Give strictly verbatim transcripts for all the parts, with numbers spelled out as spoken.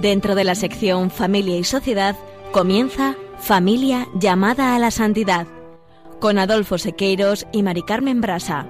Dentro de la sección Familia y Sociedad comienza Familia llamada a la santidad, con Adolfo Sequeiros y Mari Carmen Brasa.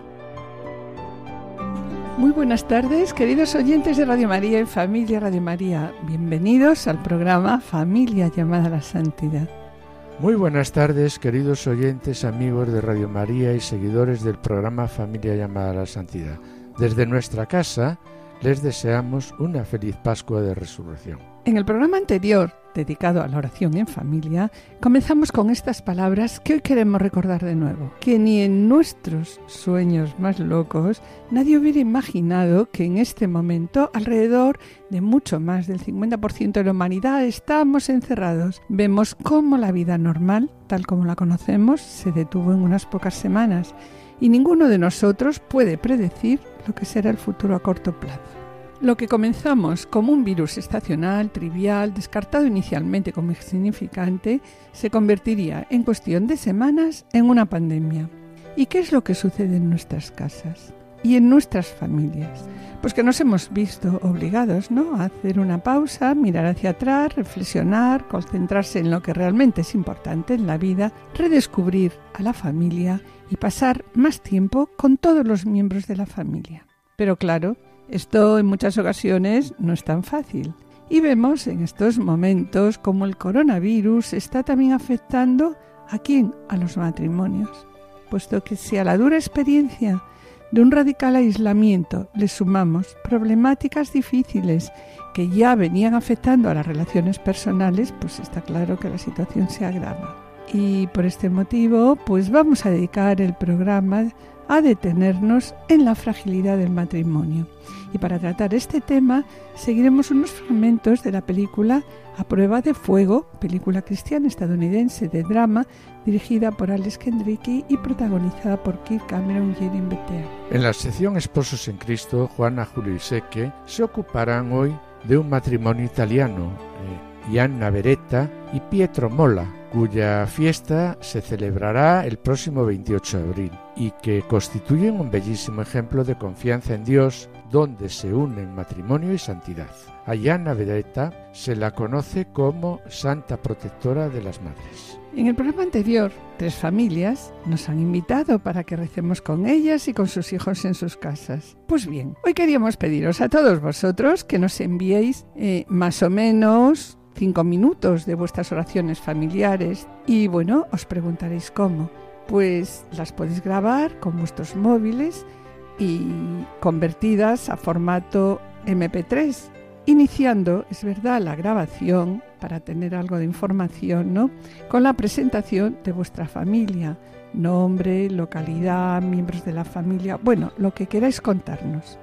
Muy buenas tardes, queridos oyentes de Radio María y Familia Radio María. Bienvenidos al programa Familia llamada a la santidad. Muy buenas tardes, queridos oyentes, amigos de Radio María y seguidores del programa Familia llamada a la santidad. Desde nuestra casa les deseamos una feliz Pascua de Resurrección. En el programa anterior, dedicado a la oración en familia, comenzamos con estas palabras que hoy queremos recordar de nuevo. Que ni en nuestros sueños más locos nadie hubiera imaginado que en este momento alrededor de mucho más del cincuenta por ciento de la humanidad estamos encerrados. Vemos cómo la vida normal, tal como la conocemos, se detuvo en unas pocas semanas y ninguno de nosotros puede predecir lo que será el futuro a corto plazo. Lo que comenzamos como un virus estacional, trivial, descartado inicialmente como insignificante, se convertiría en cuestión de semanas en una pandemia. ¿Y qué es lo que sucede en nuestras casas y en nuestras familias? Pues que nos hemos visto obligados, ¿no?, a hacer una pausa, mirar hacia atrás, reflexionar, concentrarse en lo que realmente es importante en la vida, redescubrir a la familia y pasar más tiempo con todos los miembros de la familia. Pero claro, esto en muchas ocasiones no es tan fácil. Y vemos en estos momentos cómo el coronavirus está también afectando ¿a quién? A los matrimonios. Puesto que si a la dura experiencia de un radical aislamiento le sumamos problemáticas difíciles que ya venían afectando a las relaciones personales, pues está claro que la situación se agrava. Y por este motivo, pues vamos a dedicar el programa a detenernos en la fragilidad del matrimonio. Y para tratar este tema, seguiremos unos fragmentos de la película A Prueba de Fuego, película cristiana estadounidense de drama, dirigida por Alex Kendricky y protagonizada por Kirk Cameron y Erin Bethea. En la sección Esposos en Cristo, Juana, Julio y Seque se ocuparán hoy de un matrimonio italiano, eh, Gianna Beretta y Pietro Mola, cuya fiesta se celebrará el próximo veintiocho de abril y que constituyen un bellísimo ejemplo de confianza en Dios, donde se unen matrimonio y santidad. A Gianna Beretta se la conoce como Santa Protectora de las Madres. En el programa anterior, tres familias nos han invitado para que recemos con ellas y con sus hijos en sus casas. Pues bien, hoy queríamos pediros a todos vosotros que nos enviéis eh, más o menos cinco minutos de vuestras oraciones familiares y bueno, os preguntaréis cómo. Pues las podéis grabar con vuestros móviles y convertidas a formato eme pe tres, iniciando, es verdad, la grabación para tener algo de información, ¿no?, con la presentación de vuestra familia, nombre, localidad, miembros de la familia, bueno, lo que queráis contarnos.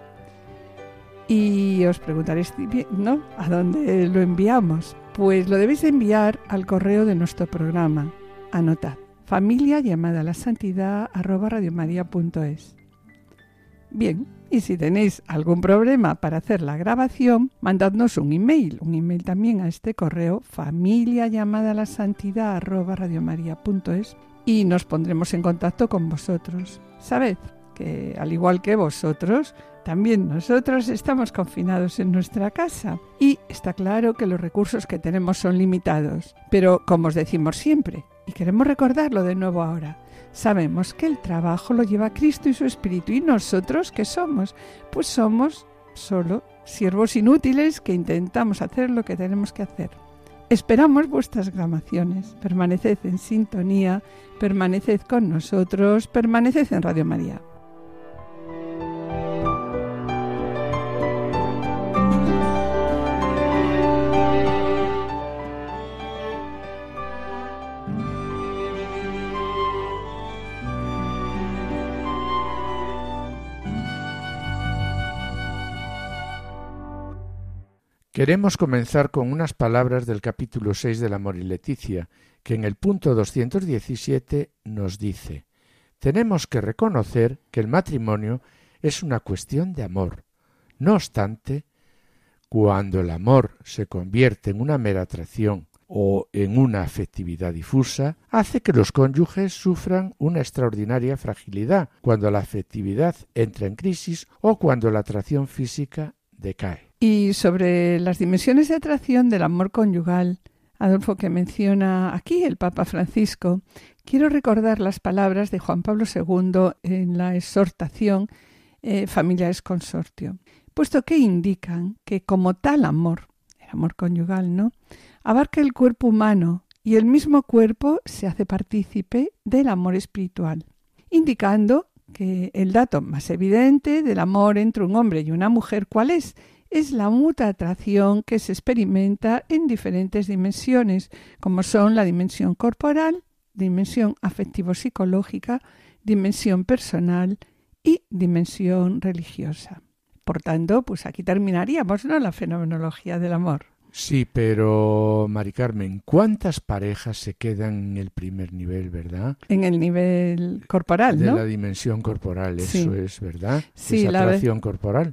Y os preguntaréis, ¿no?, ¿a dónde lo enviamos? Pues lo debéis enviar al correo de nuestro programa. Anotad, familia llamada a la santidad arroba radiomaria punto es. Bien, y si tenéis algún problema para hacer la grabación, mandadnos un email, un email también a este correo, familia llamada a la santidad arroba radiomaria punto es, y nos pondremos en contacto con vosotros. Sabed que, al igual que vosotros, también nosotros estamos confinados en nuestra casa y está claro que los recursos que tenemos son limitados. Pero, como os decimos siempre, y queremos recordarlo de nuevo ahora, sabemos que el trabajo lo lleva Cristo y su Espíritu. ¿Y nosotros qué somos? Pues somos solo siervos inútiles que intentamos hacer lo que tenemos que hacer. Esperamos vuestras grabaciones. Permaneced en sintonía, permaneced con nosotros, permaneced en Radio María. Queremos comenzar con unas palabras del capítulo seis del Amor y Leticia, que en el punto doscientos diecisiete nos dice: tenemos que reconocer que el matrimonio es una cuestión de amor. No obstante, cuando el amor se convierte en una mera atracción o en una afectividad difusa, hace que los cónyuges sufran una extraordinaria fragilidad cuando la afectividad entra en crisis o cuando la atracción física decae. Y sobre las dimensiones de atracción del amor conyugal, Adolfo, que menciona aquí el Papa Francisco, quiero recordar las palabras de Juan Pablo segundo en la exhortación eh, Familiares Consortio, puesto que indican que como tal amor, el amor conyugal, ¿no?, abarca el cuerpo humano y el mismo cuerpo se hace partícipe del amor espiritual, indicando que el dato más evidente del amor entre un hombre y una mujer, ¿cuál es? Es la mutua atracción que se experimenta en diferentes dimensiones, como son la dimensión corporal, dimensión afectivo-psicológica, dimensión personal y dimensión religiosa. Por tanto, pues aquí terminaríamos, ¿no?, la fenomenología del amor. Sí, pero, Mari Carmen, ¿cuántas parejas se quedan en el primer nivel, verdad? En el nivel corporal, ¿no? De la dimensión corporal, sí. Eso es, ¿verdad? Sí, Esa la atracción ve- corporal.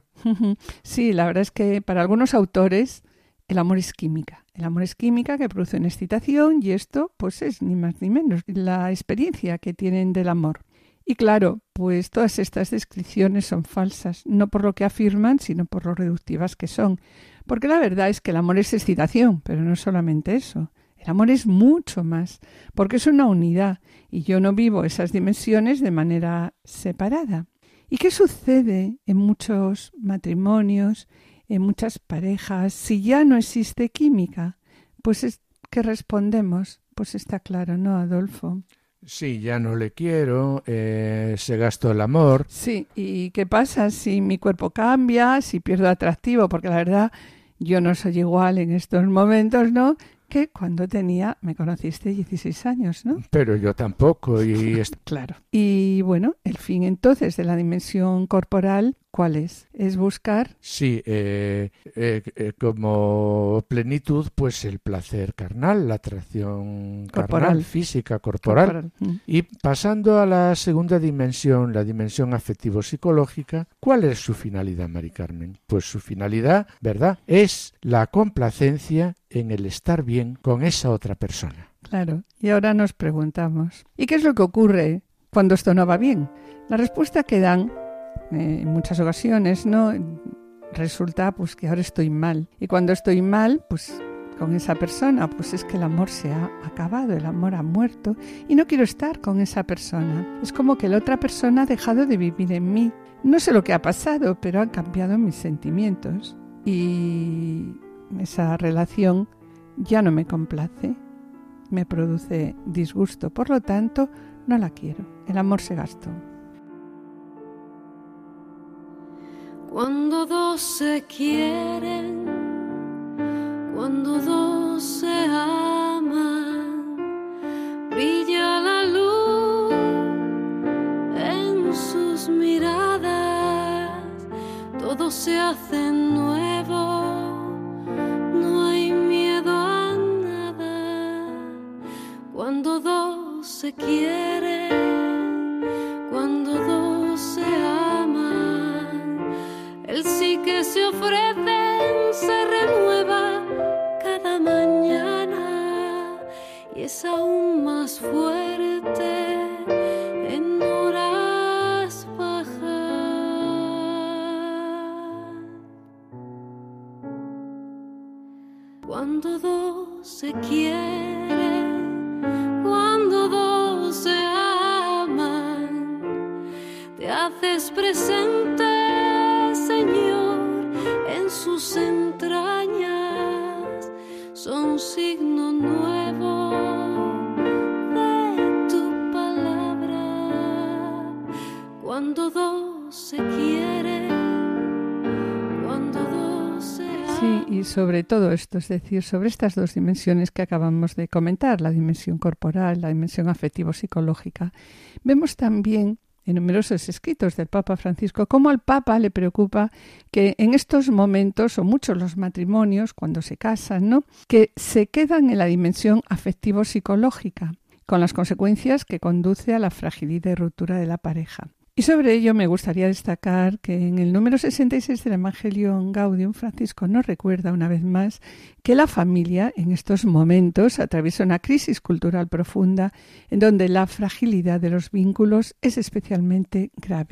Sí, la verdad es que para algunos autores el amor es química. El amor es química que produce una excitación y esto pues es ni más ni menos la experiencia que tienen del amor. Y claro, pues todas estas descripciones son falsas, no por lo que afirman, sino por lo reductivas que son. Porque la verdad es que el amor es excitación, pero no solamente eso. El amor es mucho más, porque es una unidad y yo no vivo esas dimensiones de manera separada. ¿Y qué sucede en muchos matrimonios, en muchas parejas, si ya no existe química? Pues es que respondemos, pues está claro, ¿no, Adolfo? Sí, ya no le quiero, eh, se gastó el amor. Sí, ¿y qué pasa si mi cuerpo cambia, si pierdo atractivo? Porque la verdad, yo no soy igual en estos momentos, ¿no?, que cuando tenía, me conociste, dieciséis años, ¿no? Pero yo tampoco. y est- Claro. Y bueno, el fin entonces de la dimensión corporal, ¿cuál es? Es buscar... Sí, eh, eh, eh, como plenitud, pues el placer carnal, la atracción Corporal. carnal, física, corporal. corporal. Mm. Y pasando a la segunda dimensión, la dimensión afectivo-psicológica, ¿cuál es su finalidad, Mari Carmen? Pues su finalidad, ¿verdad?, es la complacencia en el estar bien con esa otra persona. Claro. Y ahora nos preguntamos, ¿y qué es lo que ocurre cuando esto no va bien? La respuesta que dan eh, en muchas ocasiones, ¿no?, resulta pues que ahora estoy mal. Y cuando estoy mal, pues con esa persona, pues es que el amor se ha acabado, el amor ha muerto y no quiero estar con esa persona. Es como que la otra persona ha dejado de vivir en mí. No sé lo que ha pasado, pero han cambiado mis sentimientos y esa relación ya no me complace, me produce disgusto, por lo tanto no la quiero. El amor se gastó. Cuando dos se quieren, cuando dos se aman, brilla la luz en sus miradas, todo se hace nuevo, no hay miedo a nada. Cuando dos se quieren, cuando dos se aman, el sí que se ofrecen se renueva cada mañana y es aún más fuerte en horas bajas. Cuando dos se quieren, cuando dos se aman, te haces presente, Señor, en sus entrañas, son signo nuevo de tu palabra. Cuando dos se quieren, cuando dos se aman. Sí, y sobre todo esto, es decir, sobre estas dos dimensiones que acabamos de comentar, la dimensión corporal, la dimensión afectivo-psicológica, vemos también en numerosos escritos del Papa Francisco cómo al Papa le preocupa que en estos momentos, son muchos los matrimonios cuando se casan, ¿no?, que se quedan en la dimensión afectivo-psicológica, con las consecuencias que conduce a la fragilidad y ruptura de la pareja. Y sobre ello me gustaría destacar que en el número sesenta y seis del Evangelium Gaudium, Francisco nos recuerda una vez más que la familia en estos momentos atraviesa una crisis cultural profunda en donde la fragilidad de los vínculos es especialmente grave.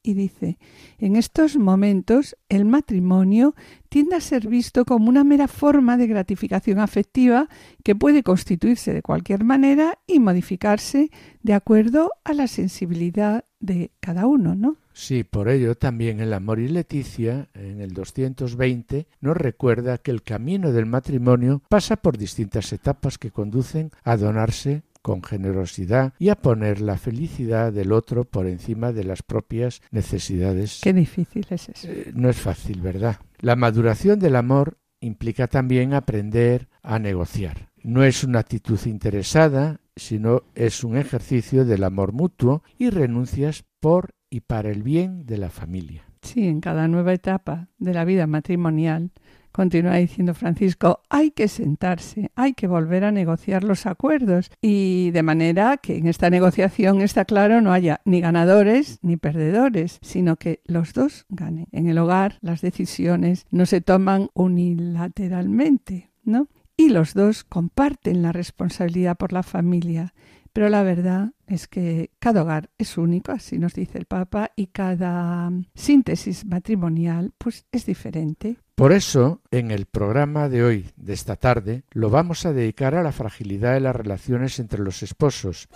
y dice: en estos momentos el matrimonio tiende a ser visto como una mera forma de gratificación afectiva que puede constituirse de cualquier manera y modificarse de acuerdo a la sensibilidad de cada uno, ¿no? Sí, por ello también el Amor y Leticia, en el doscientos veinte, nos recuerda que el camino del matrimonio pasa por distintas etapas que conducen a donarse con generosidad y a poner la felicidad del otro por encima de las propias necesidades. Qué difícil es eso. Eh, no es fácil, ¿verdad? La maduración del amor implica también aprender a negociar. No es una actitud interesada, sino es un ejercicio del amor mutuo y renuncias por y para el bien de la familia. Sí, en cada nueva etapa de la vida matrimonial, continúa diciendo Francisco, hay que sentarse, hay que volver a negociar los acuerdos y de manera que en esta negociación, está claro, no haya ni ganadores ni perdedores, sino que los dos ganen. En el hogar las decisiones no se toman unilateralmente, ¿no? Y los dos comparten la responsabilidad por la familia. Pero la verdad es que cada hogar es único, así nos dice el Papa, y cada síntesis matrimonial pues es diferente. Por eso, en el programa de hoy, de esta tarde, lo vamos a dedicar a la fragilidad de las relaciones entre los esposos.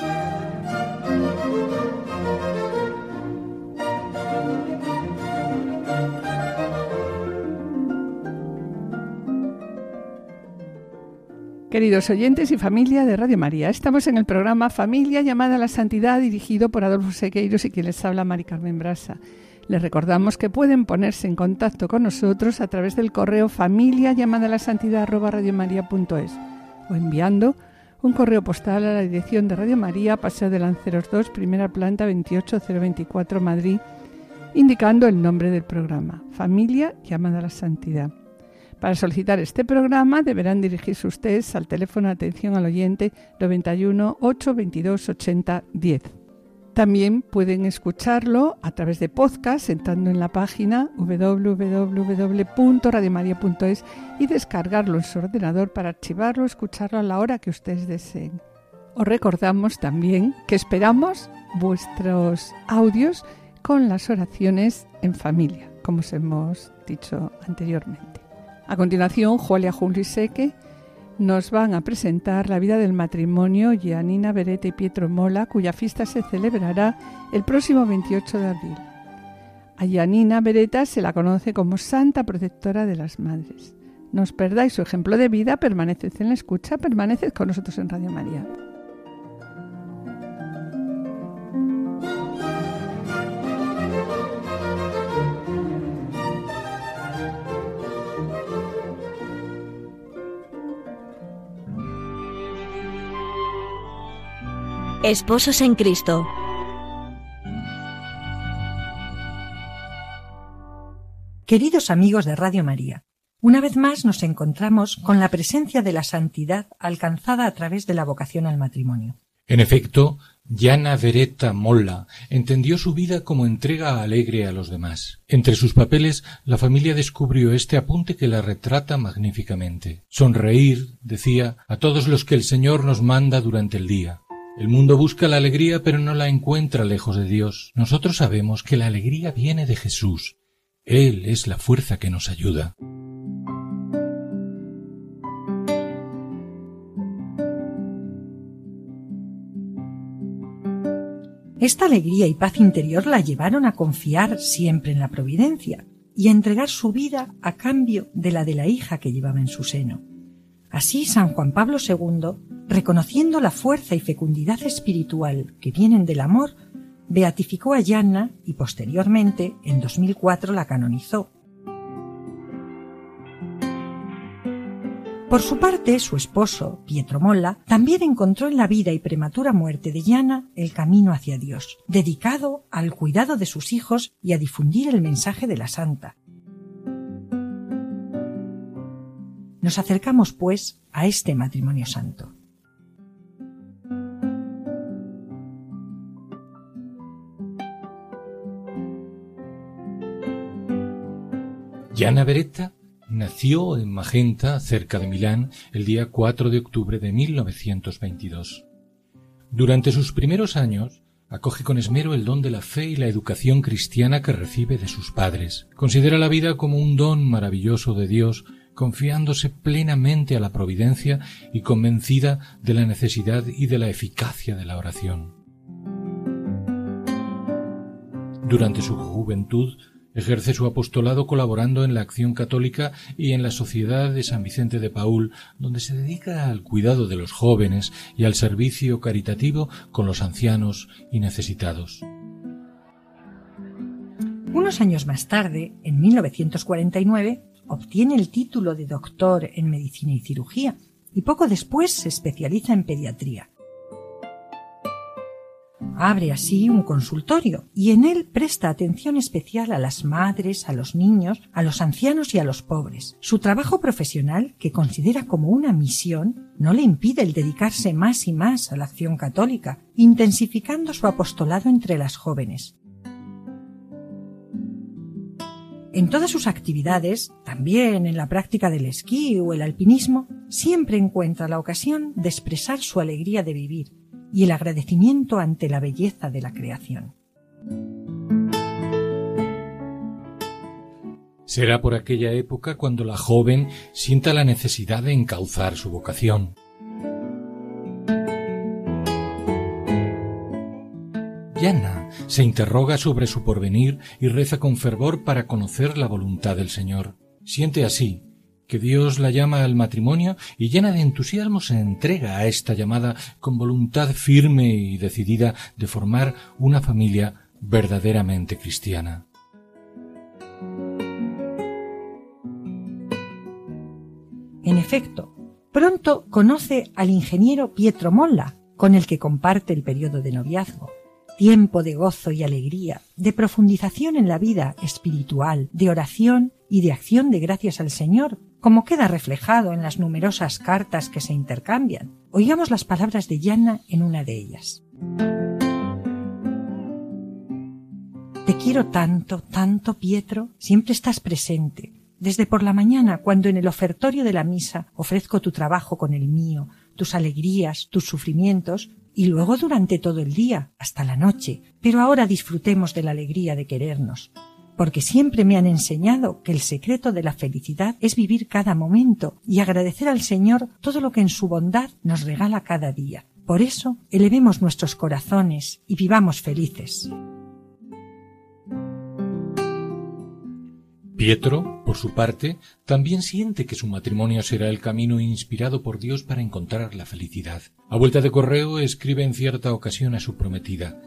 Queridos oyentes y familia de Radio María, estamos en el programa Familia llamada a la Santidad, dirigido por Adolfo Sequeiros y quien les habla, Mari Carmen Brasa. Les recordamos que pueden ponerse en contacto con nosotros a través del correo familia llamada a la santidad arroba radiomaria.es o enviando un correo postal a la dirección de Radio María, Paseo de Lanceros dos, primera planta, veintiocho mil veinticuatro, Madrid, indicando el nombre del programa, Familia llamada a la Santidad. Para solicitar este programa deberán dirigirse ustedes al teléfono de atención al oyente noventa y uno, ochocientos veintidós, ochenta, diez. También pueden escucharlo a través de podcast entrando en la página doble u doble u doble u punto radio maría punto es y descargarlo en su ordenador para archivarlo o escucharlo a la hora que ustedes deseen. Os recordamos también que esperamos vuestros audios con las oraciones en familia, como os hemos dicho anteriormente. A continuación, Julia Juliseque nos van a presentar la vida del matrimonio Giannina Beretta y Pietro Mola, cuya fiesta se celebrará el próximo veintiocho de abril. A Giannina Beretta se la conoce como Santa Protectora de las Madres. No os perdáis su ejemplo de vida, permaneced en la escucha, permaneced con nosotros en Radio María. Esposos en Cristo. Queridos amigos de Radio María, una vez más nos encontramos con la presencia de la santidad alcanzada a través de la vocación al matrimonio. En efecto, Gianna Beretta Molla entendió su vida como entrega alegre a los demás. Entre sus papeles, la familia descubrió este apunte que la retrata magníficamente. Sonreír, decía, a todos los que el Señor nos manda durante el día. El mundo busca la alegría, pero no la encuentra lejos de Dios. Nosotros sabemos que la alegría viene de Jesús. Él es la fuerza que nos ayuda. Esta alegría y paz interior la llevaron a confiar siempre en la providencia y a entregar su vida a cambio de la de la hija que llevaba en su seno. Así, San Juan Pablo segundo, reconociendo la fuerza y fecundidad espiritual que vienen del amor, beatificó a Gianna y posteriormente, en dos mil cuatro, la canonizó. Por su parte, su esposo, Pietro Molla, también encontró en la vida y prematura muerte de Gianna el camino hacia Dios, dedicado al cuidado de sus hijos y a difundir el mensaje de la santa. Nos acercamos, pues, a este matrimonio santo. Gianna Beretta nació en Magenta, cerca de Milán, el día cuatro de octubre de mil novecientos veintidós. Durante sus primeros años Acoge con esmero el don de la fe y la educación cristiana que recibe de sus padres. Considera la vida como un don maravilloso de Dios, confiándose plenamente a la providencia y convencida de la necesidad y de la eficacia de la oración. Durante su juventud ejerce su apostolado colaborando en la Acción Católica y en la Sociedad de San Vicente de Paúl, donde se dedica al cuidado de los jóvenes y al servicio caritativo con los ancianos y necesitados. Unos años más tarde, en mil novecientos cuarenta y nueve, obtiene el título de doctor en medicina y cirugía y poco después se especializa en pediatría. Abre así un consultorio y en él presta atención especial a las madres, a los niños, a los ancianos y a los pobres. Su trabajo profesional, que considera como una misión, no le impide el dedicarse más y más a la acción católica, intensificando su apostolado entre las jóvenes. En todas sus actividades, también en la práctica del esquí o el alpinismo, siempre encuentra la ocasión de expresar su alegría de vivir y el agradecimiento ante la belleza de la creación. Será por aquella época cuando la joven sienta la necesidad de encauzar su vocación. Yana se interroga sobre su porvenir y reza con fervor para conocer la voluntad del Señor. Siente así que Dios la llama al matrimonio y llena de entusiasmo se entrega a esta llamada con voluntad firme y decidida de formar una familia verdaderamente cristiana. En efecto, pronto conoce al ingeniero Pietro Molla, con el que comparte el periodo de noviazgo. Tiempo de gozo y alegría, de profundización en la vida espiritual, de oración y de acción de gracias al Señor, como queda reflejado en las numerosas cartas que se intercambian. Oigamos las palabras de Yana en una de ellas. Te quiero tanto, tanto, Pietro, siempre estás presente. Desde por la mañana, cuando en el ofertorio de la misa ofrezco tu trabajo con el mío, tus alegrías, tus sufrimientos, y luego durante todo el día, hasta la noche. Pero ahora disfrutemos de la alegría de querernos, porque siempre me han enseñado que el secreto de la felicidad es vivir cada momento y agradecer al Señor todo lo que en su bondad nos regala cada día. Por eso, elevemos nuestros corazones y vivamos felices. Pietro, por su parte, también siente que su matrimonio será el camino inspirado por Dios para encontrar la felicidad. A vuelta de correo escribe en cierta ocasión a su prometida: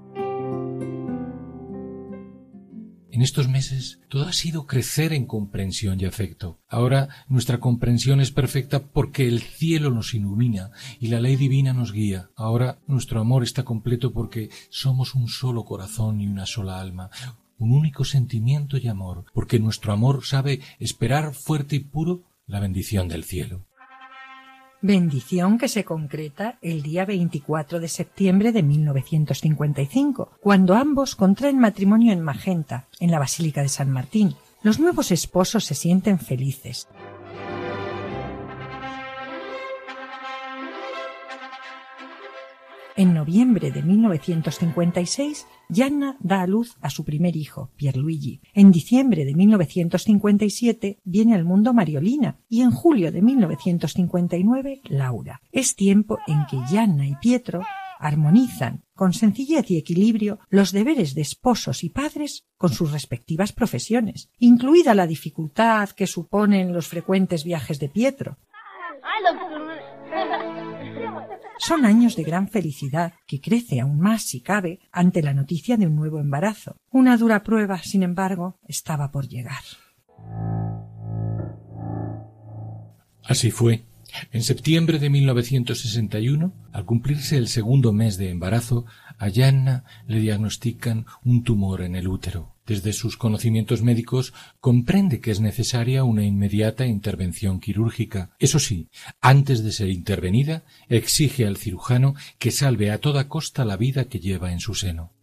en estos meses todo ha sido crecer en comprensión y afecto. Ahora nuestra comprensión es perfecta porque el cielo nos ilumina y la ley divina nos guía. Ahora nuestro amor está completo porque somos un solo corazón y una sola alma, un único sentimiento y amor, porque nuestro amor sabe esperar fuerte y puro la bendición del cielo. Bendición que se concreta el día veinticuatro de septiembre de mil novecientos cincuenta y cinco, cuando ambos contraen matrimonio en Magenta, en la Basílica de San Martín. Los nuevos esposos se sienten felices. En noviembre de mil novecientos cincuenta y seis, Yana da a luz a su primer hijo, Pierluigi. En diciembre de mil novecientos cincuenta y siete viene al mundo Mariolina y en julio de mil novecientos cincuenta y nueve, Laura. Es tiempo en que Yana y Pietro armonizan con sencillez y equilibrio los deberes de esposos y padres con sus respectivas profesiones, incluida la dificultad que suponen los frecuentes viajes de Pietro. Son años de gran felicidad que crece aún más, si cabe, ante la noticia de un nuevo embarazo. Una dura prueba, sin embargo, estaba por llegar. Así fue. En septiembre de mil novecientos sesenta y uno, al cumplirse el segundo mes de embarazo, a Yana le diagnostican un tumor en el útero. Desde sus conocimientos médicos comprende que es necesaria una inmediata intervención quirúrgica. Eso sí, antes de ser intervenida, exige al cirujano que salve a toda costa la vida que lleva en su seno.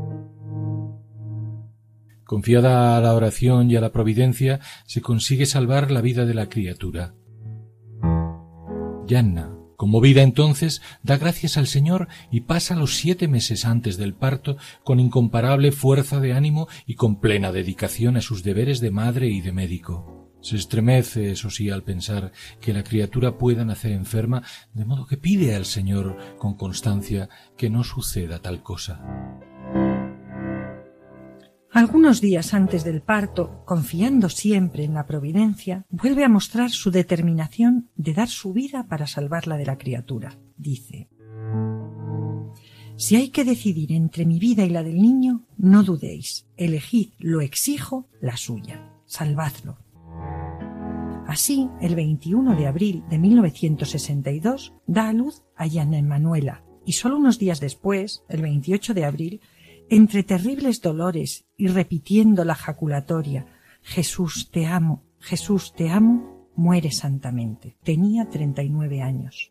Confiada a la oración y a la providencia, se consigue salvar la vida de la criatura. Yana Conmovida entonces, da gracias al Señor y pasa los siete meses antes del parto con incomparable fuerza de ánimo y con plena dedicación a sus deberes de madre y de médico. Se estremece, eso sí, al pensar que la criatura pueda nacer enferma, de modo que pide al Señor con constancia que no suceda tal cosa. Algunos días antes del parto, confiando siempre en la providencia, vuelve a mostrar su determinación de dar su vida para salvarla de la criatura. Dice: si hay que decidir entre mi vida y la del niño, no dudéis, elegid, lo exijo, la suya, salvadlo. Así, el veintiuno de abril de mil novecientos sesenta y dos, da a luz a Gianna Emanuela, y solo unos días después, el veintiocho de abril, entre terribles dolores y repitiendo la jaculatoria «Jesús, te amo, Jesús, te amo», muere santamente. Tenía treinta y nueve años.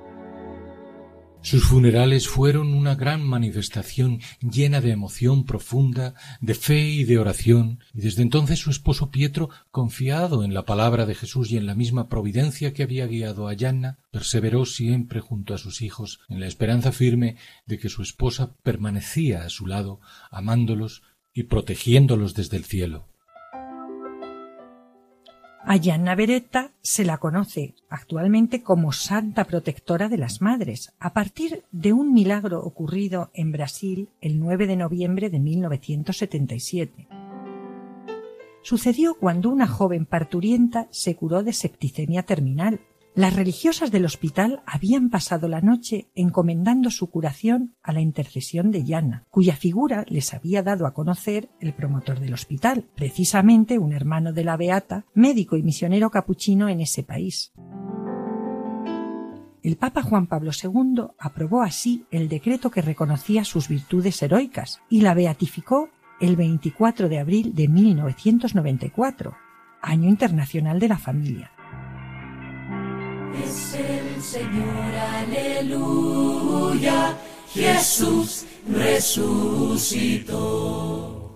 Sus funerales fueron una gran manifestación llena de emoción profunda, de fe y de oración, y desde entonces su esposo Pietro, confiado en la palabra de Jesús y en la misma providencia que había guiado a Gianna, perseveró siempre junto a sus hijos en la esperanza firme de que su esposa permanecía a su lado, amándolos y protegiéndolos desde el cielo. A Gianna Beretta se la conoce actualmente como Santa Protectora de las Madres, a partir de un milagro ocurrido en Brasil el nueve de noviembre de mil novecientos setenta y siete. Sucedió cuando una joven parturienta se curó de septicemia terminal. Las religiosas del hospital habían pasado la noche encomendando su curación a la intercesión de Gianna, cuya figura les había dado a conocer el promotor del hospital, precisamente un hermano de la beata, médico y misionero capuchino en ese país. El Papa Juan Pablo segundo aprobó así el decreto que reconocía sus virtudes heroicas y la beatificó el veinticuatro de abril de mil novecientos noventa y cuatro, Año Internacional de la Familia. Es el Señor, aleluya, Jesús resucitó,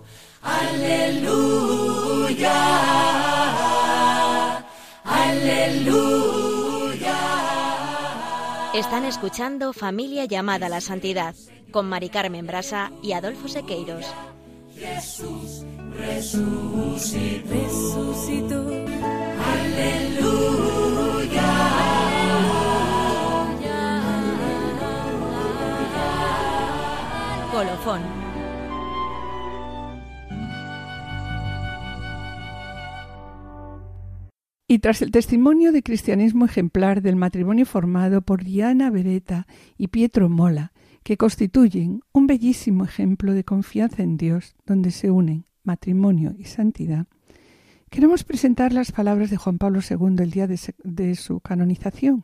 aleluya, aleluya. Están escuchando Familia llamada a la Santidad, con Mari Carmen Brasa y Adolfo Sequeiros. Jesús resucitó, resucitó, aleluya. Colofón. Y tras el testimonio de cristianismo ejemplar del matrimonio formado por Gianna Beretta y Pietro Mola, que constituyen un bellísimo ejemplo de confianza en Dios, donde se unen matrimonio y santidad, queremos presentar las palabras de Juan Pablo segundo el día de, se- de su canonización,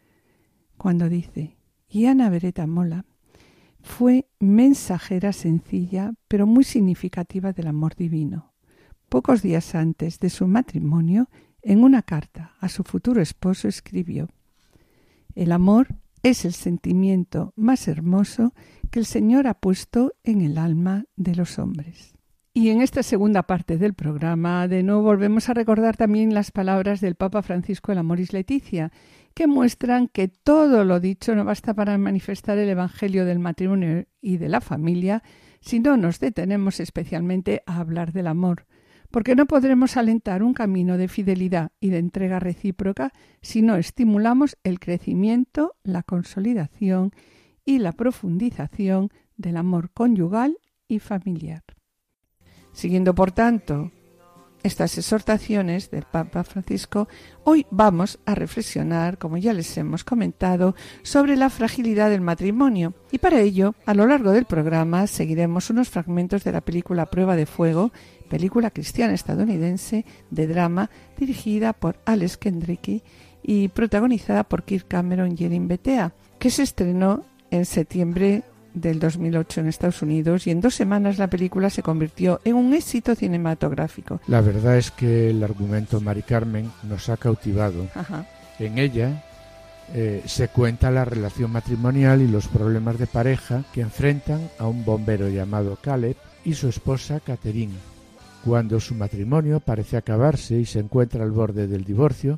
cuando dice: Gianna Beretta Mola fue mensajera sencilla, pero muy significativa del amor divino. Pocos días antes de su matrimonio, en una carta a su futuro esposo, escribió: «El amor es el sentimiento más hermoso que el Señor ha puesto en el alma de los hombres». Y en esta segunda parte del programa, de nuevo volvemos a recordar también las palabras del Papa Francisco en Amoris Laetitia, que muestran que todo lo dicho no basta para manifestar el Evangelio del matrimonio y de la familia si no nos detenemos especialmente a hablar del amor, porque no podremos alentar un camino de fidelidad y de entrega recíproca si no estimulamos el crecimiento, la consolidación y la profundización del amor conyugal y familiar. Siguiendo, por tanto, estas exhortaciones del Papa Francisco, hoy vamos a reflexionar, como ya les hemos comentado, sobre la fragilidad del matrimonio. Y para ello, a lo largo del programa, seguiremos unos fragmentos de la película Prueba de Fuego, película cristiana estadounidense de drama dirigida por Alex Kendrick y protagonizada por Kirk Cameron y Erin Betea, que se estrenó en septiembre del dos mil ocho en Estados Unidos, y en dos semanas la película se convirtió en un éxito cinematográfico. La verdad es que el argumento, Mari Carmen, nos ha cautivado. Ajá. En ella eh, se cuenta la relación matrimonial y los problemas de pareja que enfrentan a un bombero llamado Caleb y su esposa Catherine. Cuando su matrimonio parece acabarse y se encuentra al borde del divorcio,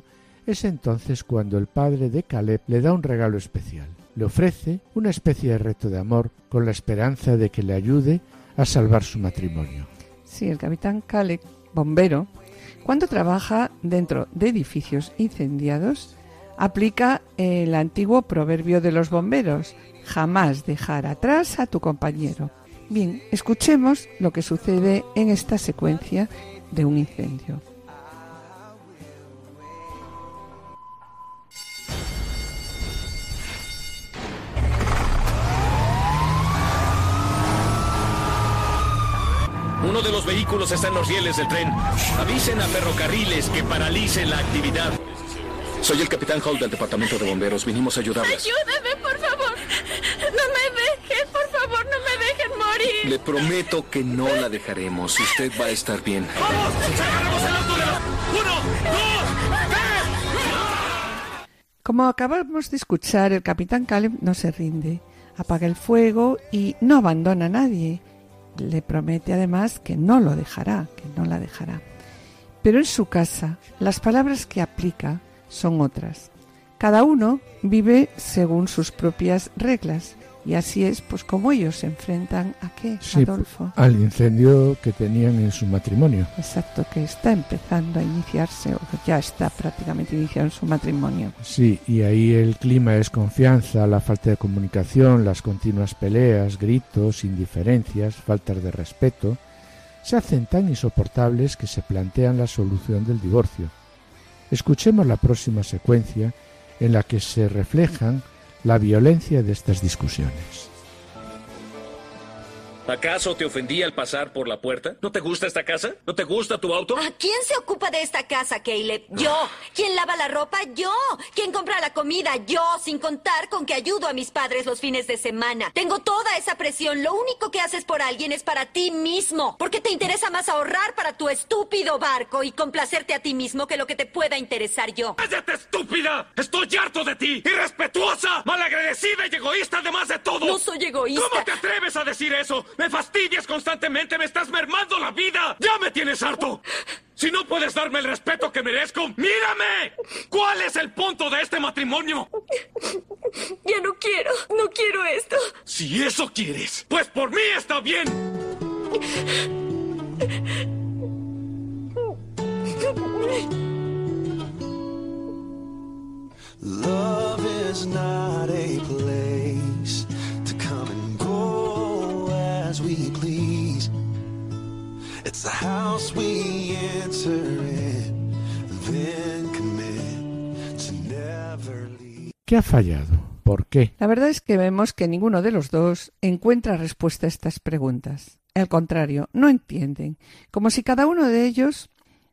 Es entonces cuando el padre de Caleb le da un regalo especial. Le ofrece una especie de reto de amor con la esperanza de que le ayude a salvar su matrimonio. Sí, el capitán Caleb, bombero, cuando trabaja dentro de edificios incendiados, aplica el antiguo proverbio de los bomberos: jamás dejar atrás a tu compañero. Bien, escuchemos lo que sucede en esta secuencia de un incendio. Uno de los vehículos está en los rieles del tren. Avisen a ferrocarriles que paralicen la actividad. Soy el capitán Hall del departamento de bomberos. Vinimos a ayudarles. Ayúdame, por favor. No me dejen, por favor, no me dejen morir. Le prometo que no la dejaremos. Usted va a estar bien. ¡Vamos! ¡Agarramos el auto de la... ¡Uno, dos, tres! Como acabamos de escuchar, el capitán Caleb no se rinde, apaga el fuego y no abandona a nadie. Le promete además que no lo dejará, que no la dejará. Pero en su casa, las palabras que aplica son otras. Cada uno vive según sus propias reglas, y así es pues como ellos se enfrentan a qué, sí, Adolfo. Al incendio que tenían en su matrimonio. Exacto, que está empezando a iniciarse, o que ya está prácticamente iniciado en su matrimonio. Sí, y ahí el clima es confianza, la falta de comunicación, las continuas peleas, gritos, indiferencias, faltas de respeto, se hacen tan insoportables que se plantean la solución del divorcio. Escuchemos la próxima secuencia en la que se reflejan la violencia de estas discusiones. ¿Acaso te ofendí al pasar por la puerta? ¿No te gusta esta casa? ¿No te gusta tu auto? ¿A quién se ocupa de esta casa, Caleb? Yo. ¿Quién lava la ropa? Yo. ¿Quién compra la comida? Yo, sin contar con que ayudo a mis padres los fines de semana. Tengo toda esa presión. Lo único que haces por alguien es para ti mismo. Porque te interesa más ahorrar para tu estúpido barco y complacerte a ti mismo que lo que te pueda interesar yo. ¡Cállate, estúpida! ¡Estoy harto de ti! ¡Irrespetuosa! ¡Malagradecida y egoísta además de todo! No soy egoísta. ¿Cómo te atreves a decir eso? ¡Me fastidias constantemente! ¡Me estás mermando la vida! ¡Ya me tienes harto! Si no puedes darme el respeto que merezco, ¡mírame! ¿Cuál es el punto de este matrimonio? Ya no quiero, no quiero esto. Si eso quieres, pues por mí está bien. Love is not a place to come and go as we please. It's a house we enter in, then commit to never leave. ¿Qué ha fallado? ¿Por qué? La verdad es que vemos que ninguno de los dos encuentra respuesta a estas preguntas. Al contrario, no entienden, como si cada uno de ellos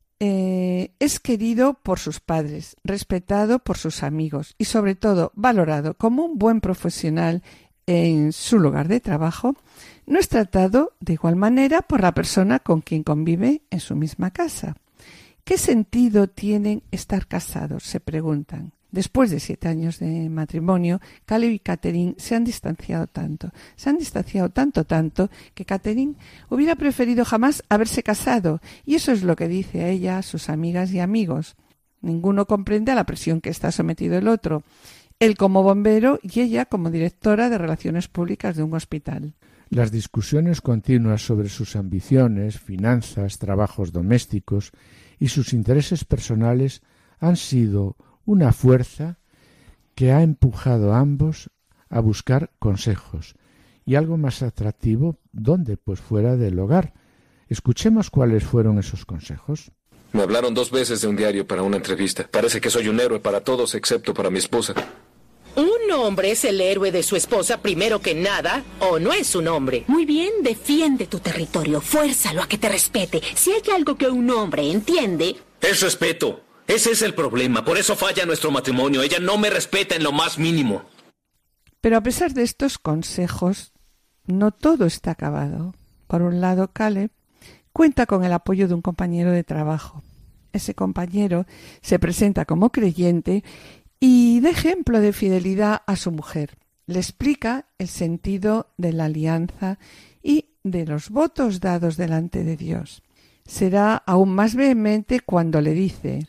eh, es querido por sus padres, respetado por sus amigos y sobre todo valorado como un buen profesional en su lugar de trabajo, no es tratado de igual manera por la persona con quien convive en su misma casa. ¿Qué sentido tienen estar casados?, se preguntan. Después de siete años de matrimonio, Caleb y Catherine se han distanciado tanto, se han distanciado tanto, tanto, que Catherine hubiera preferido jamás haberse casado, y eso es lo que dice a ella, a sus amigas y amigos. Ninguno comprende a la presión que está sometido el otro, él como bombero y ella como directora de relaciones públicas de un hospital. Las discusiones continuas sobre sus ambiciones, finanzas, trabajos domésticos y sus intereses personales han sido una fuerza que ha empujado a ambos a buscar consejos y algo más atractivo, ¿dónde? Pues fuera del hogar. Escuchemos cuáles fueron esos consejos. Me hablaron dos veces de un diario para una entrevista. Parece que soy un héroe para todos excepto para mi esposa. ¿Un hombre es el héroe de su esposa primero que nada o no es un hombre? Muy bien, defiende tu territorio, fuérzalo a que te respete. Si hay algo que un hombre entiende... Es respeto. Ese es el problema. Por eso falla nuestro matrimonio. Ella no me respeta en lo más mínimo. Pero a pesar de estos consejos, no todo está acabado. Por un lado, Caleb cuenta con el apoyo de un compañero de trabajo. Ese compañero se presenta como creyente y da ejemplo de fidelidad a su mujer. Le explica el sentido de la alianza y de los votos dados delante de Dios. Será aún más vehemente cuando le dice: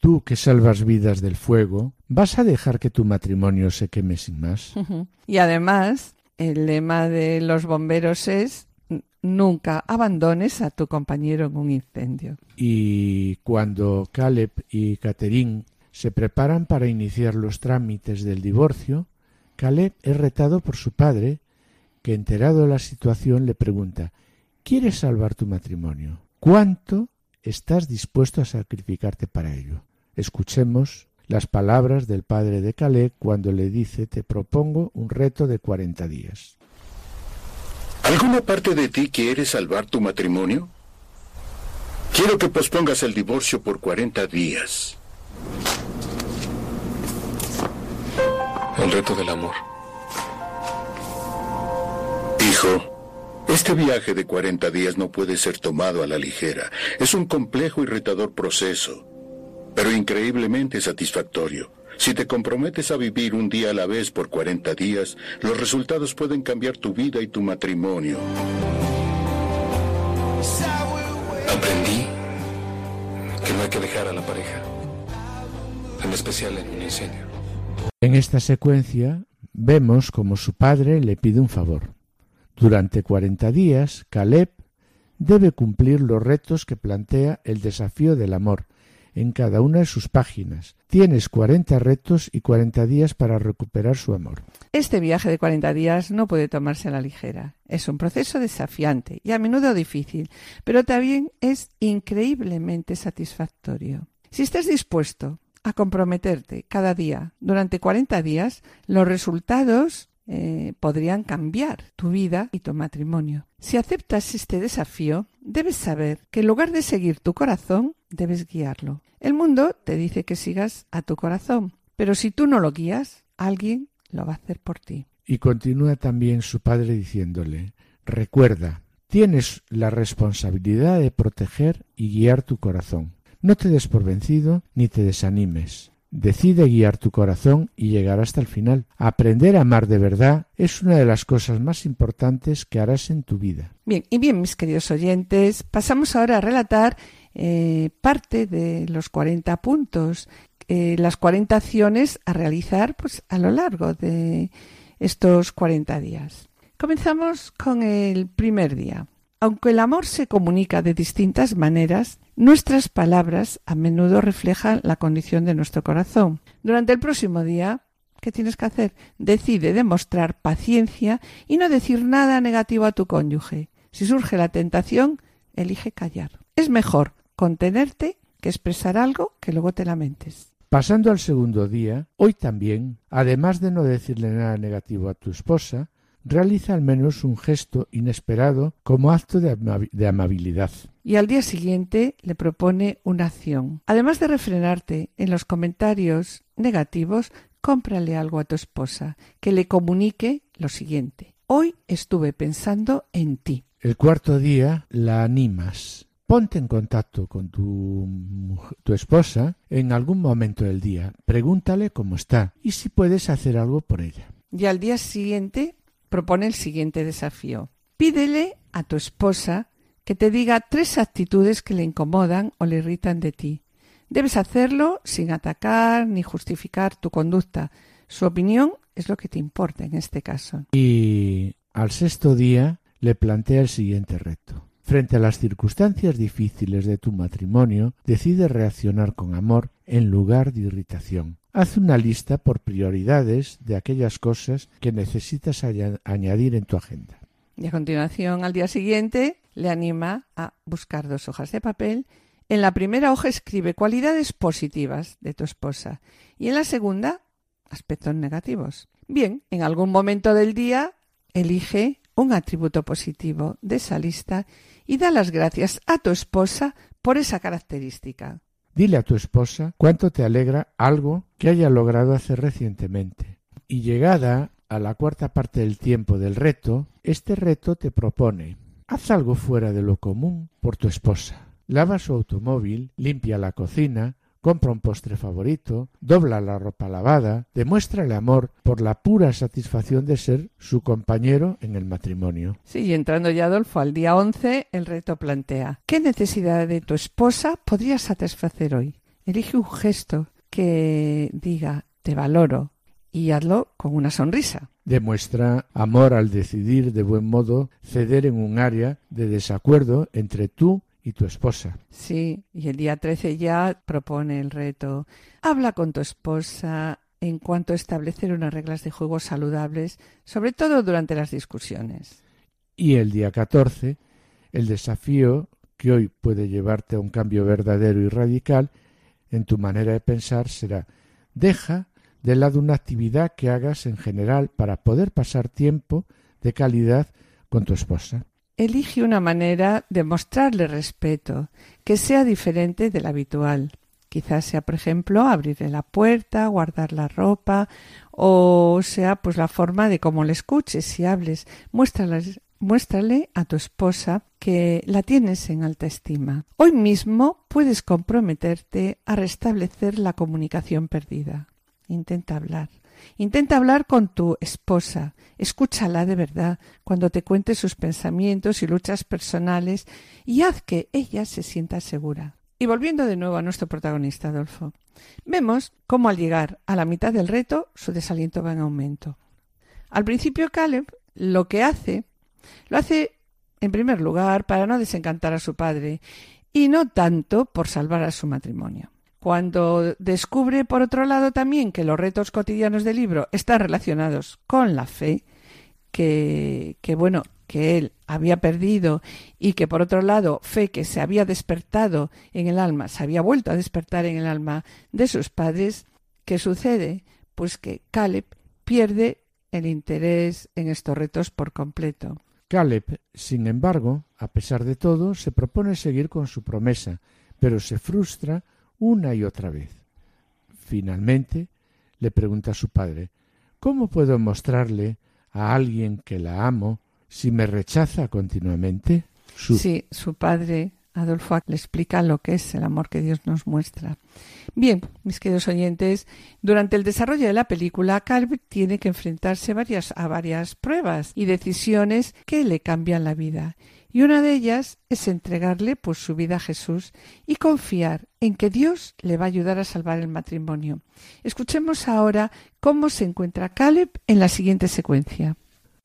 Tú que salvas vidas del fuego, ¿vas a dejar que tu matrimonio se queme sin más? Y además, el lema de los bomberos es: nunca abandones a tu compañero en un incendio. Y cuando Caleb y Catherine se preparan para iniciar los trámites del divorcio, Caleb es retado por su padre, que enterado de la situación le pregunta: ¿quieres salvar tu matrimonio? ¿Cuánto estás dispuesto a sacrificarte para ello? Escuchemos las palabras del padre de Caleb cuando le dice: te propongo un reto de cuarenta días. ¿Alguna parte de ti quiere salvar tu matrimonio? Quiero que pospongas el divorcio por cuarenta días. El reto del amor. Hijo, este viaje de cuarenta días no puede ser tomado a la ligera. Es un complejo y retador proceso, pero increíblemente satisfactorio. Si te comprometes a vivir un día a la vez por cuarenta días, los resultados pueden cambiar tu vida y tu matrimonio. Aprendí que no hay que dejar a la pareja, en especial en un incendio. En esta secuencia vemos como su padre le pide un favor. Durante cuarenta días, Caleb debe cumplir los retos que plantea el desafío del amor en cada una de sus páginas. Tienes cuarenta retos y cuarenta días para recuperar su amor. Este viaje de cuarenta días no puede tomarse a la ligera. Es un proceso desafiante y a menudo difícil, pero también es increíblemente satisfactorio. Si estás dispuesto a comprometerte cada día durante cuarenta días, los resultados eh, podrían cambiar tu vida y tu matrimonio. Si aceptas este desafío, debes saber que en lugar de seguir tu corazón, debes guiarlo. El mundo te dice que sigas a tu corazón, pero si tú no lo guías, alguien lo va a hacer por ti. Y continúa también su padre diciéndole: recuerda, tienes la responsabilidad de proteger y guiar tu corazón. No te des por vencido ni te desanimes. Decide guiar tu corazón y llegar hasta el final. Aprender a amar de verdad es una de las cosas más importantes que harás en tu vida. Bien, y bien, mis queridos oyentes, pasamos ahora a relatar eh, parte de los cuarenta puntos, eh, las cuarenta acciones a realizar pues, a lo largo de estos cuarenta días. Comenzamos con el primer día. Aunque el amor se comunica de distintas maneras, nuestras palabras a menudo reflejan la condición de nuestro corazón. Durante el próximo día, ¿qué tienes que hacer? Decide demostrar paciencia y no decir nada negativo a tu cónyuge. Si surge la tentación, elige callar. Es mejor contenerte que expresar algo que luego te lamentes. Pasando al segundo día, hoy también, además de no decirle nada negativo a tu esposa, realiza al menos un gesto inesperado como acto de, ama- de amabilidad. Y al día siguiente le propone una acción. Además de refrenarte en los comentarios negativos, cómprale algo a tu esposa que le comunique lo siguiente: hoy estuve pensando en ti. El cuarto día la animas. Ponte en contacto con tu, tu esposa en algún momento del día. Pregúntale cómo está y si puedes hacer algo por ella. Y al día siguiente propone el siguiente desafío. Pídele a tu esposa que te diga tres actitudes que le incomodan o le irritan de ti. Debes hacerlo sin atacar ni justificar tu conducta. Su opinión es lo que te importa en este caso. Y al sexto día le plantea el siguiente reto. Frente a las circunstancias difíciles de tu matrimonio, decide reaccionar con amor en lugar de irritación. Haz una lista por prioridades de aquellas cosas que necesitas añ- añadir en tu agenda. Y a continuación, al día siguiente, le anima a buscar dos hojas de papel. En la primera hoja escribe cualidades positivas de tu esposa y en la segunda, aspectos negativos. Bien, en algún momento del día, elige un atributo positivo de esa lista y da las gracias a tu esposa por esa característica. Dile a tu esposa cuánto te alegra algo que haya logrado hacer recientemente. Y llegada a la cuarta parte del tiempo del reto, este reto te propone: haz algo fuera de lo común por tu esposa. Lava su automóvil, limpia la cocina, compra un postre favorito, dobla la ropa lavada, demuéstrale amor por la pura satisfacción de ser su compañero en el matrimonio. Sí, y entrando ya, Adolfo, al día once, el reto plantea: ¿qué necesidad de tu esposa podrías satisfacer hoy? Elige un gesto que diga te valoro y hazlo con una sonrisa. Demuestra amor al decidir de buen modo ceder en un área de desacuerdo entre tú y tu esposa. Sí, y el día trece ya propone el reto. Habla con tu esposa en cuanto a establecer unas reglas de juego saludables, sobre todo durante las discusiones. Y el día catorce, el desafío que hoy puede llevarte a un cambio verdadero y radical en tu manera de pensar será: deja de lado una actividad que hagas en general para poder pasar tiempo de calidad con tu esposa. Elige una manera de mostrarle respeto que sea diferente de la habitual. Quizás sea, por ejemplo, abrirle la puerta, guardar la ropa, o sea, pues la forma de cómo le escuches y hables. Muéstrale, muéstrale a tu esposa que la tienes en alta estima. Hoy mismo puedes comprometerte a restablecer la comunicación perdida. Intenta hablar. Intenta hablar con tu esposa. Escúchala de verdad cuando te cuente sus pensamientos y luchas personales y haz que ella se sienta segura. Y volviendo de nuevo a nuestro protagonista, Adolfo, vemos cómo al llegar a la mitad del reto su desaliento va en aumento. Al principio Caleb lo que hace, lo hace en primer lugar para no desencantar a su padre y no tanto por salvar a su matrimonio. Cuando descubre, por otro lado, también que los retos cotidianos del libro están relacionados con la fe, que, que bueno, que él había perdido y que, por otro lado, fe que se había despertado en el alma, se había vuelto a despertar en el alma de sus padres, ¿qué sucede? Pues que Caleb pierde el interés en estos retos por completo. Caleb, sin embargo, a pesar de todo, se propone seguir con su promesa, pero se frustra una y otra vez. Finalmente, le pregunta a su padre: ¿cómo puedo mostrarle a alguien que la amo si me rechaza continuamente? Su... Sí, su padre, Adolfo, le explica lo que es el amor que Dios nos muestra. Bien, mis queridos oyentes, durante el desarrollo de la película, Caleb tiene que enfrentarse varias, a varias pruebas y decisiones que le cambian la vida. Y una de ellas es entregarle pues su vida a Jesús y confiar en que Dios le va a ayudar a salvar el matrimonio. Escuchemos ahora cómo se encuentra Caleb en la siguiente secuencia.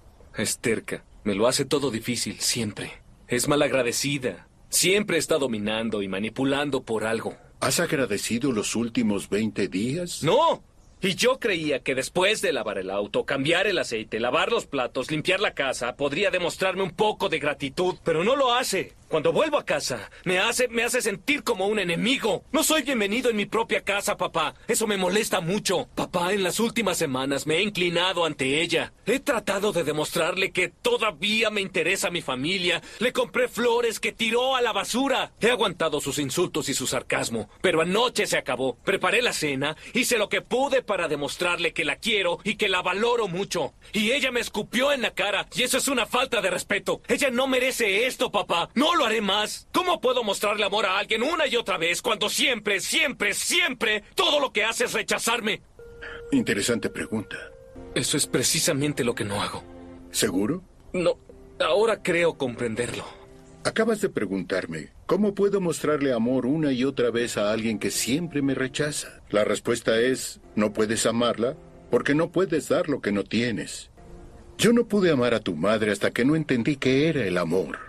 Es terca, me lo hace todo difícil, siempre. Es malagradecida, siempre está dominando y manipulando por algo. ¿Has agradecido los últimos veinte días? ¡No! Y yo creía que después de lavar el auto, cambiar el aceite, lavar los platos, limpiar la casa, podría demostrarme un poco de gratitud, pero no lo hace. Cuando vuelvo a casa, me hace, me hace sentir como un enemigo. No soy bienvenido en mi propia casa, papá. Eso me molesta mucho. Papá, en las últimas semanas me he inclinado ante ella. He tratado de demostrarle que todavía me interesa mi familia. Le compré flores que tiró a la basura. He aguantado sus insultos y su sarcasmo, pero anoche se acabó. Preparé la cena, hice lo que pude para demostrarle que la quiero y que la valoro mucho. Y ella me escupió en la cara, y eso es una falta de respeto. Ella no merece esto, papá. No lo haré más. ¿Cómo puedo mostrarle amor a alguien una y otra vez cuando siempre, siempre, siempre todo lo que hace es rechazarme? Interesante pregunta. Eso es precisamente lo que no hago. ¿Seguro? No, ahora creo comprenderlo. Acabas de preguntarme, ¿cómo puedo mostrarle amor una y otra vez a alguien que siempre me rechaza? La respuesta es, no puedes amarla porque no puedes dar lo que no tienes. Yo no pude amar a tu madre hasta que no entendí qué era el amor.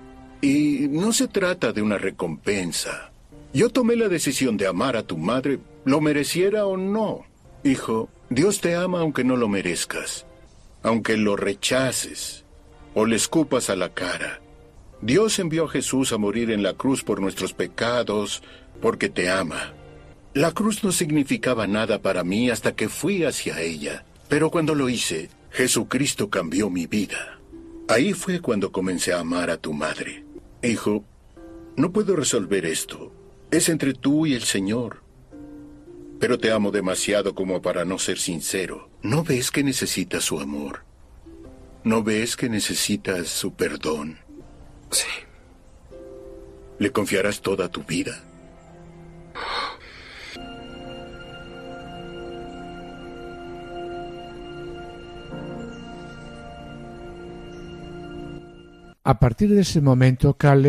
Y no se trata de una recompensa. Yo tomé la decisión de amar a tu madre, lo mereciera o no. Hijo, Dios te ama aunque no lo merezcas, aunque lo rechaces o le escupas a la cara. Dios envió a Jesús a morir en la cruz por nuestros pecados, porque te ama. La cruz no significaba nada para mí hasta que fui hacia ella, pero cuando lo hice, Jesucristo cambió mi vida. Ahí fue cuando comencé a amar a tu madre. Hijo, no puedo resolver esto. Es entre tú y el Señor. Pero te amo demasiado como para no ser sincero. ¿No ves que necesitas su amor? ¿No ves que necesitas su perdón? Sí. ¿Le confiarás toda tu vida? A partir de ese momento, Caleb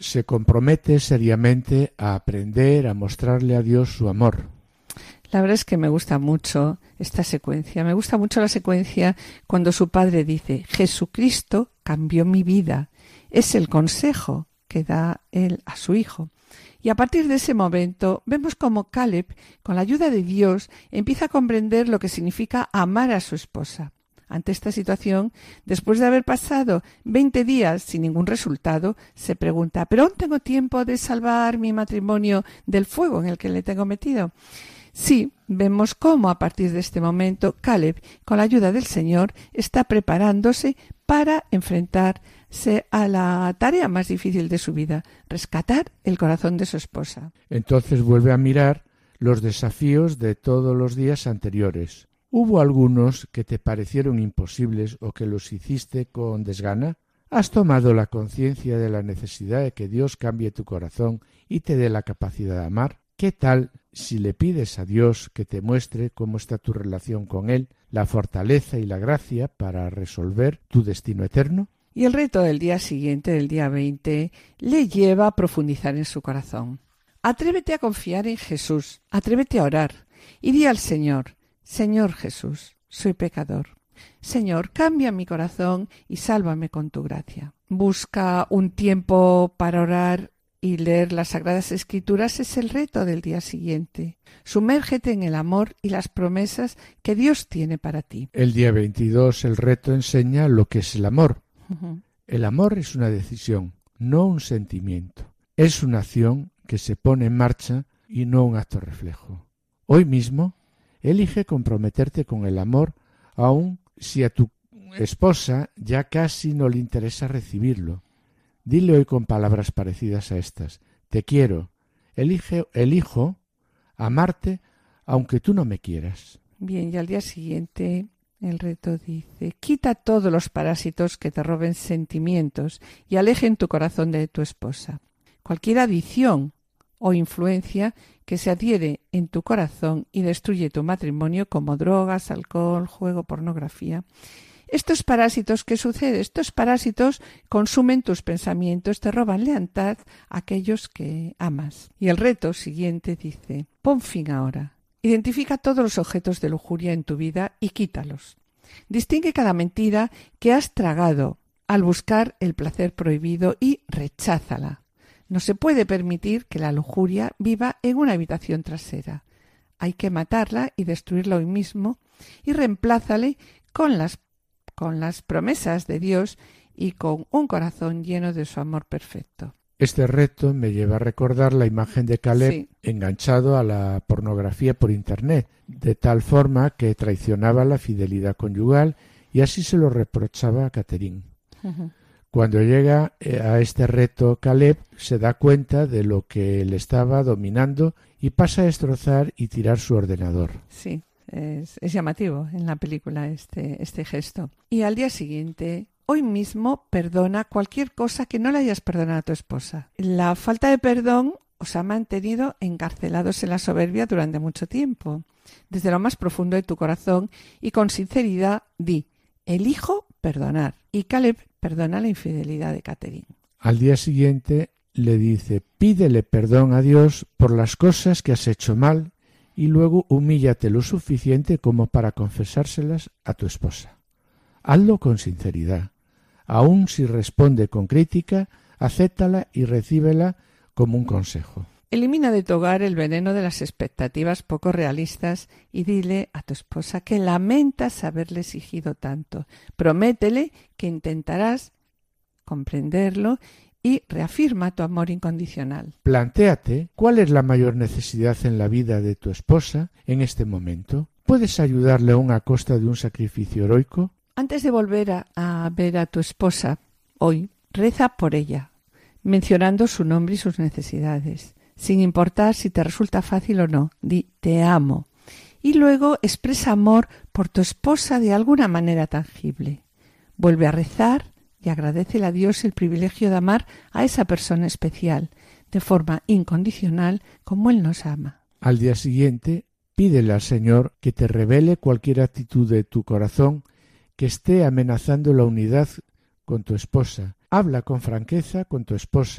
se compromete seriamente a aprender a mostrarle a Dios su amor. La verdad es que me gusta mucho esta secuencia. Me gusta mucho la secuencia cuando su padre dice: Jesucristo cambió mi vida. Es el consejo que da él a su hijo. Y a partir de ese momento vemos como Caleb, con la ayuda de Dios, empieza a comprender lo que significa amar a su esposa. Ante esta situación, después de haber pasado veinte días sin ningún resultado, se pregunta: ¿pero aún tengo tiempo de salvar mi matrimonio del fuego en el que le tengo metido? Sí, vemos cómo a partir de este momento Caleb, con la ayuda del Señor, está preparándose para enfrentarse a la tarea más difícil de su vida: rescatar el corazón de su esposa. Entonces vuelve a mirar los desafíos de todos los días anteriores. ¿Hubo algunos que te parecieron imposibles o que los hiciste con desgana? ¿Has tomado la conciencia de la necesidad de que Dios cambie tu corazón y te dé la capacidad de amar? ¿Qué tal si le pides a Dios que te muestre cómo está tu relación con Él, la fortaleza y la gracia para resolver tu destino eterno? Y el reto del día siguiente, del día veinte, le lleva a profundizar en su corazón. Atrévete a confiar en Jesús, atrévete a orar y di al Señor: Señor Jesús, soy pecador. Señor, cambia mi corazón y sálvame con tu gracia. Busca un tiempo para orar y leer las Sagradas Escrituras. Es el reto del día siguiente. Sumérgete en el amor y las promesas que Dios tiene para ti. El día veintidós el reto enseña lo que es el amor. Uh-huh. El amor es una decisión, no un sentimiento. Es una acción que se pone en marcha y no un acto reflejo. Hoy mismo, elige comprometerte con el amor, aun si a tu esposa ya casi no le interesa recibirlo. Dile hoy con palabras parecidas a estas: te quiero, elige, elijo amarte aunque tú no me quieras. Bien, y al día siguiente el reto dice: quita todos los parásitos que te roben sentimientos y alejen tu corazón de tu esposa. Cualquier adicción o influencia que se adhiere en tu corazón y destruye tu matrimonio, como drogas, alcohol, juego, pornografía. Estos parásitos, ¿qué sucede? Estos parásitos consumen tus pensamientos, te roban lealtad a aquellos que amas. Y el reto siguiente dice: pon fin ahora. Identifica todos los objetos de lujuria en tu vida y quítalos. Distingue cada mentira que has tragado al buscar el placer prohibido y recházala. No se puede permitir que la lujuria viva en una habitación trasera. Hay que matarla y destruirla hoy mismo y reemplázale con las, con las promesas de Dios y con un corazón lleno de su amor perfecto. Este reto me lleva a recordar la imagen de Caleb sí. enganchado a la pornografía por internet, de tal forma que traicionaba la fidelidad conyugal y así se lo reprochaba a Catherine. Uh-huh. Cuando llega a este reto, Caleb se da cuenta de lo que le estaba dominando y pasa a destrozar y tirar su ordenador. Sí, es, es llamativo en la película este, este gesto. Y al día siguiente, hoy mismo perdona cualquier cosa que no le hayas perdonado a tu esposa. La falta de perdón os ha mantenido encarcelados en la soberbia durante mucho tiempo. Desde lo más profundo de tu corazón y con sinceridad di: elijo perdonar. Y Caleb perdona la infidelidad de Catherine. Al día siguiente le dice: pídele perdón a Dios por las cosas que has hecho mal y luego humíllate lo suficiente como para confesárselas a tu esposa. Hazlo con sinceridad. Aun si responde con crítica, acéptala y recíbela como un consejo. Elimina de tu hogar el veneno de las expectativas poco realistas y dile a tu esposa que lamentas haberle exigido tanto. Prométele que intentarás comprenderlo y reafirma tu amor incondicional. Plantéate cuál es la mayor necesidad en la vida de tu esposa en este momento. ¿Puedes ayudarle aún a costa de un sacrificio heroico? Antes de volver a, a ver a tu esposa hoy, reza por ella, mencionando su nombre y sus necesidades. Sin importar si te resulta fácil o no, di te amo. Y luego expresa amor por tu esposa de alguna manera tangible. Vuelve a rezar y agradécele a Dios el privilegio de amar a esa persona especial, de forma incondicional como Él nos ama. Al día siguiente, pídele al Señor que te revele cualquier actitud de tu corazón que esté amenazando la unidad con tu esposa. Habla con franqueza con tu esposa.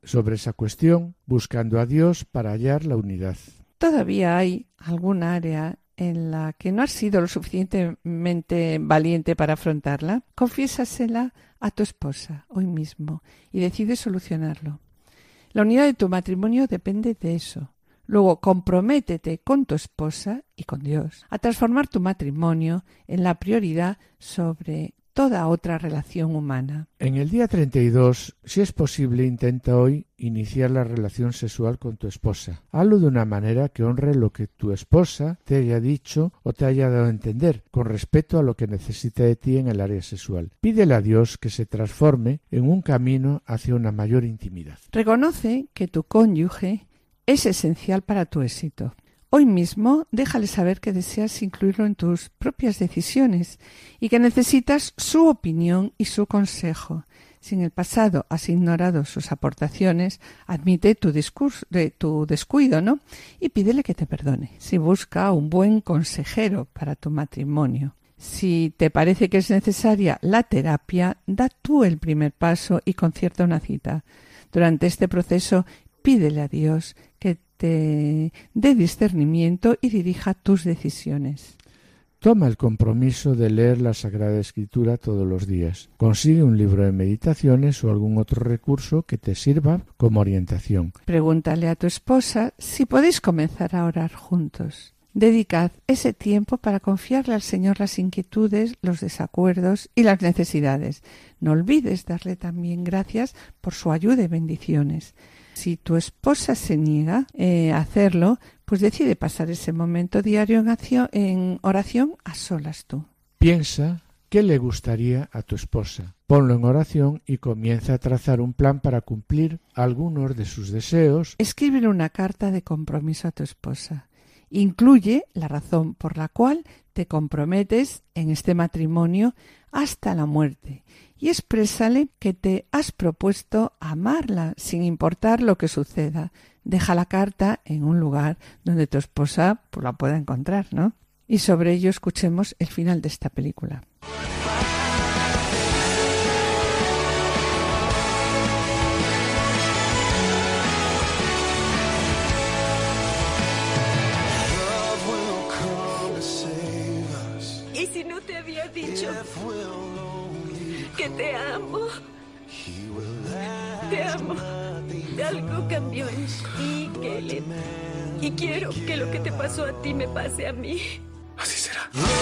sobre esa cuestión, buscando a Dios para hallar la unidad. Todavía hay algún área en la que no has sido lo suficientemente valiente para afrontarla. Confiésasela a tu esposa hoy mismo y decide solucionarlo. La unidad de tu matrimonio depende de eso. Luego, comprométete con tu esposa y con Dios a transformar tu matrimonio en la prioridad sobre toda otra relación humana. En el día treinta y dos, si es posible, intenta hoy iniciar la relación sexual con tu esposa. Hazlo de una manera que honre lo que tu esposa te haya dicho o te haya dado a entender, con respeto a lo que necesita de ti en el área sexual. Pídele a Dios que se transforme en un camino hacia una mayor intimidad. Reconoce que tu cónyuge es esencial para tu éxito. Hoy mismo déjale saber que deseas incluirlo en tus propias decisiones y que necesitas su opinión y su consejo. Si en el pasado has ignorado sus aportaciones, admite tu, discurso, de tu descuido, ¿no? Y pídele que te perdone. Si busca un buen consejero para tu matrimonio. Si te parece que es necesaria la terapia, da tú el primer paso y concierta una cita. Durante este proceso, pídele a Dios que te dé discernimiento y dirija tus decisiones. Toma el compromiso de leer la Sagrada Escritura todos los días. Consigue un libro de meditaciones o algún otro recurso que te sirva como orientación. Pregúntale a tu esposa si podéis comenzar a orar juntos. Dedicad ese tiempo para confiarle al Señor las inquietudes, los desacuerdos y las necesidades. No olvides darle también gracias por su ayuda y bendiciones. Si tu esposa se niega eh, a hacerlo, pues decide pasar ese momento diario en, acción, en oración a solas tú. Piensa qué le gustaría a tu esposa. Ponlo en oración y comienza a trazar un plan para cumplir algunos de sus deseos. Escríbele una carta de compromiso a tu esposa. Incluye la razón por la cual te comprometes en este matrimonio hasta la muerte y exprésale que te has propuesto amarla sin importar lo que suceda. Deja la carta en un lugar donde tu esposa pues, la pueda encontrar, ¿no? Y sobre ello escuchemos el final de esta película. ¿Y si no te había dicho que te amo? Te amo. Algo cambió en ti, Caleb. Y quiero que lo que te pasó a ti me pase a mí. Así será.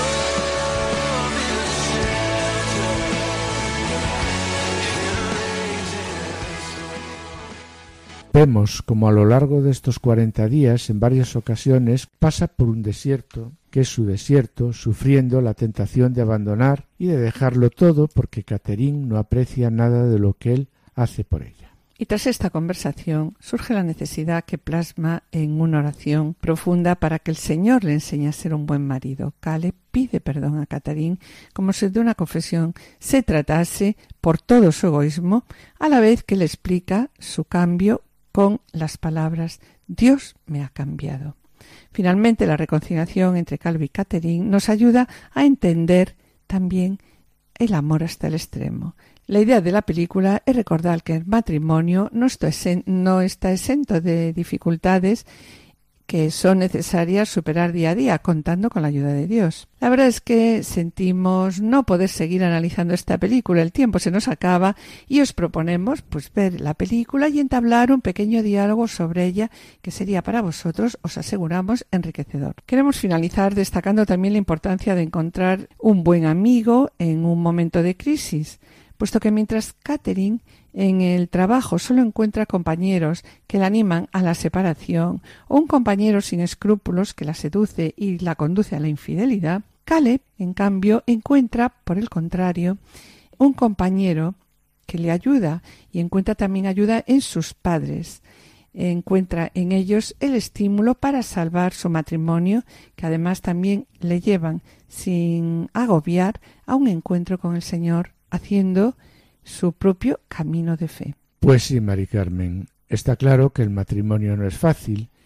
Vemos como a lo largo de estos cuarenta días, en varias ocasiones, pasa por un desierto, que es su desierto, sufriendo la tentación de abandonar y de dejarlo todo porque Catherine no aprecia nada de lo que él hace por ella. Y tras esta conversación surge la necesidad que plasma en una oración profunda para que el Señor le enseñe a ser un buen marido. Caleb pide perdón a Catherine como si de una confesión se tratase por todo su egoísmo, a la vez que le explica su cambio con las palabras «Dios me ha cambiado». Finalmente, la reconciliación entre Caleb y Catherine nos ayuda a entender también el amor hasta el extremo. La idea de la película es recordar que el matrimonio no está exento de dificultades que son necesarias superar día a día, contando con la ayuda de Dios. La verdad es que sentimos no poder seguir analizando esta película, el tiempo se nos acaba y os proponemos pues ver la película y entablar un pequeño diálogo sobre ella que sería para vosotros, os aseguramos, enriquecedor. Queremos finalizar destacando también la importancia de encontrar un buen amigo en un momento de crisis, puesto que mientras Catherine en el trabajo solo encuentra compañeros que la animan a la separación o un compañero sin escrúpulos que la seduce y la conduce a la infidelidad, Caleb, en cambio, encuentra, por el contrario, un compañero que le ayuda y encuentra también ayuda en sus padres. Encuentra en ellos el estímulo para salvar su matrimonio, que además también le llevan, sin agobiar, a un encuentro con el Señor, haciendo su propio camino de fe. Pues sí, Mari Carmen, está claro que el matrimonio no es fácil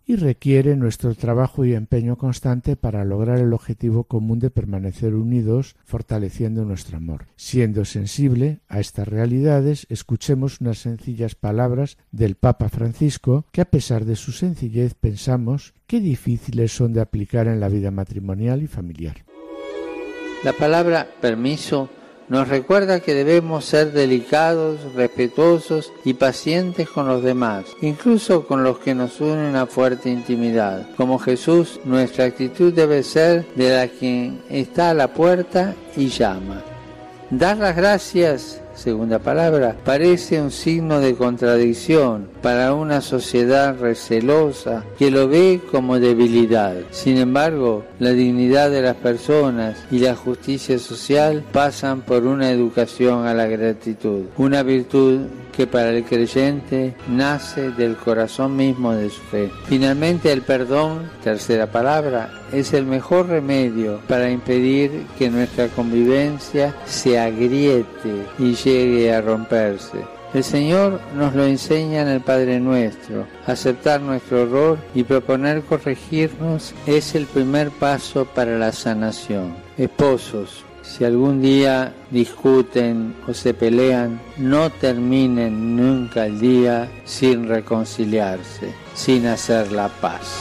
y requiere nuestro trabajo y empeño constante para lograr el objetivo común de permanecer unidos, fortaleciendo nuestro amor. Siendo sensible a estas realidades, escuchemos unas sencillas palabras del Papa Francisco que, a pesar de su sencillez, pensamos qué difíciles son de aplicar en la vida matrimonial y familiar. La palabra permiso nos recuerda que debemos ser delicados, respetuosos y pacientes con los demás, incluso con los que nos unen una fuerte intimidad. Como Jesús, nuestra actitud debe ser de la quien está a la puerta y llama. Dar las gracias, segunda palabra, parece un signo de contradicción para una sociedad recelosa que lo ve como debilidad. Sin embargo, la dignidad de las personas y la justicia social pasan por una educación a la gratitud, una virtud que para el creyente nace del corazón mismo de su fe. Finalmente, el perdón, tercera palabra, es el mejor remedio para impedir que nuestra convivencia se agriete y llegue a romperse. El Señor nos lo enseña en el Padre Nuestro. Aceptar nuestro error y proponer corregirnos es el primer paso para la sanación. Esposos, si algún día discuten o se pelean, no terminen nunca el día sin reconciliarse, sin hacer la paz.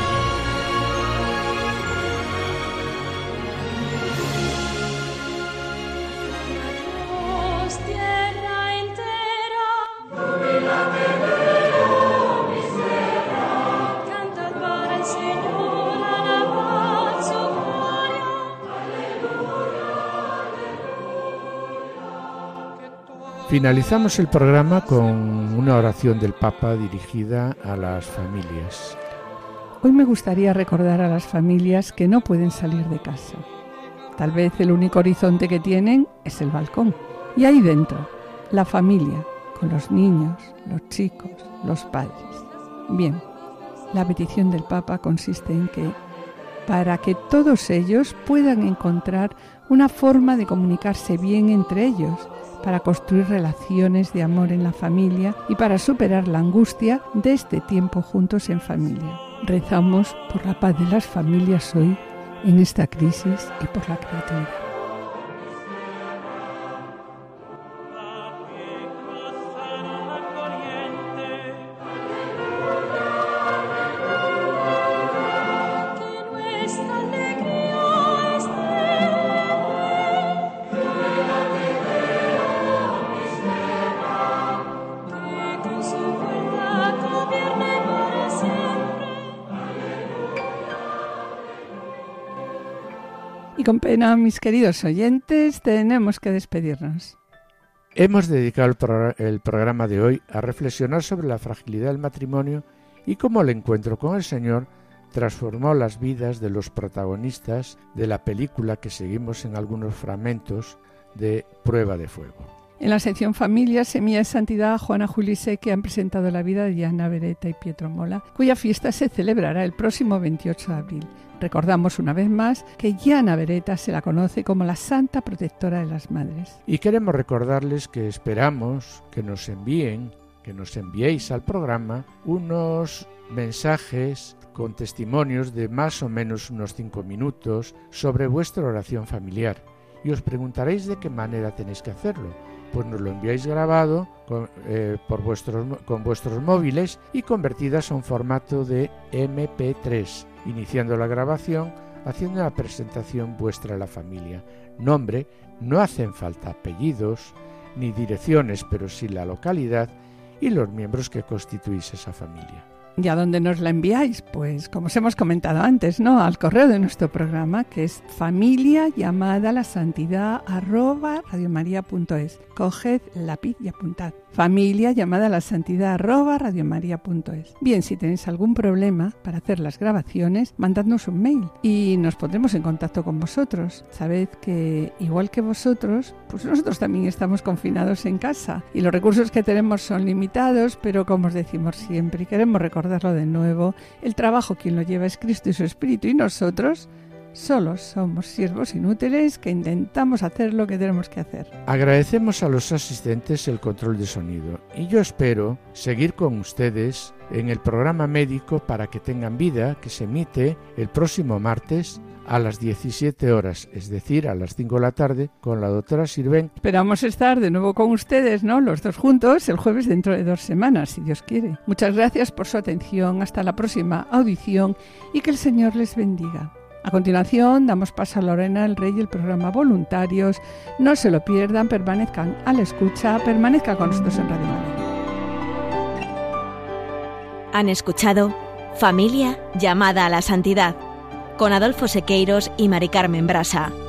Finalizamos el programa con una oración del Papa dirigida a las familias. Hoy me gustaría recordar a las familias que no pueden salir de casa. Tal vez el único horizonte que tienen es el balcón. Y ahí dentro, la familia, con los niños, los chicos, los padres. Bien, la petición del Papa consiste en que, para que todos ellos puedan encontrar una forma de comunicarse bien entre ellos, para construir relaciones de amor en la familia y para superar la angustia de este tiempo juntos en familia. Rezamos por la paz de las familias hoy en esta crisis y por la creatividad. Y con pena, mis queridos oyentes, tenemos que despedirnos. Hemos dedicado el, pro- el programa de hoy a reflexionar sobre la fragilidad del matrimonio y cómo el encuentro con el Señor transformó las vidas de los protagonistas de la película que seguimos en algunos fragmentos de Prueba de Fuego. En la sección Familia, Semilla de Santidad, Juana Juli Seque han presentado la vida de Diana Beretta y Pietro Mola, cuya fiesta se celebrará el próximo veintiocho de abril. Recordamos una vez más que Diana Beretta se la conoce como la Santa Protectora de las Madres. Y queremos recordarles que esperamos que nos envíen, que nos enviéis al programa unos mensajes con testimonios de más o menos unos cinco minutos sobre vuestra oración familiar. Y os preguntaréis de qué manera tenéis que hacerlo. Pues nos lo enviáis grabado con, eh, por vuestros, con vuestros móviles y convertidas a un formato de eme pe tres, iniciando la grabación, haciendo una presentación vuestra a la familia. Nombre, no hacen falta apellidos ni direcciones, pero sí la localidad y los miembros que constituís esa familia. ¿Y a dónde nos la enviáis? Pues como os hemos comentado antes, ¿no? Al correo de nuestro programa, que es familia llamada a la santidad arroba radiomaria.es. Coged lápiz y apuntad. Familia llamada a la santidad arroba radiomaria.es. Bien, si tenéis algún problema para hacer las grabaciones, mandadnos un mail y nos pondremos en contacto con vosotros. Sabed que, igual que vosotros, pues nosotros también estamos confinados en casa y los recursos que tenemos son limitados, pero como os decimos siempre y queremos recordarlo de nuevo, el trabajo quien lo lleva es Cristo y su Espíritu y nosotros Solo somos siervos inútiles que intentamos hacer lo que tenemos que hacer. Agradecemos a los asistentes el control de sonido y yo espero seguir con ustedes en el programa médico para que tengan vida, que se emite el próximo martes a las diecisiete horas, es decir, a las cinco de la tarde, con la doctora Sirven. Esperamos estar de nuevo con ustedes, ¿no?, los dos juntos, el jueves dentro de dos semanas, si Dios quiere. Muchas gracias por su atención, hasta la próxima audición y que el Señor les bendiga. A continuación, damos paso a Lorena el Rey y el programa Voluntarios. No se lo pierdan, permanezcan a la escucha, permanezcan con nosotros en Radio María. Han escuchado Familia llamada a la santidad, con Adolfo Sequeiros y Mari Carmen Brasa.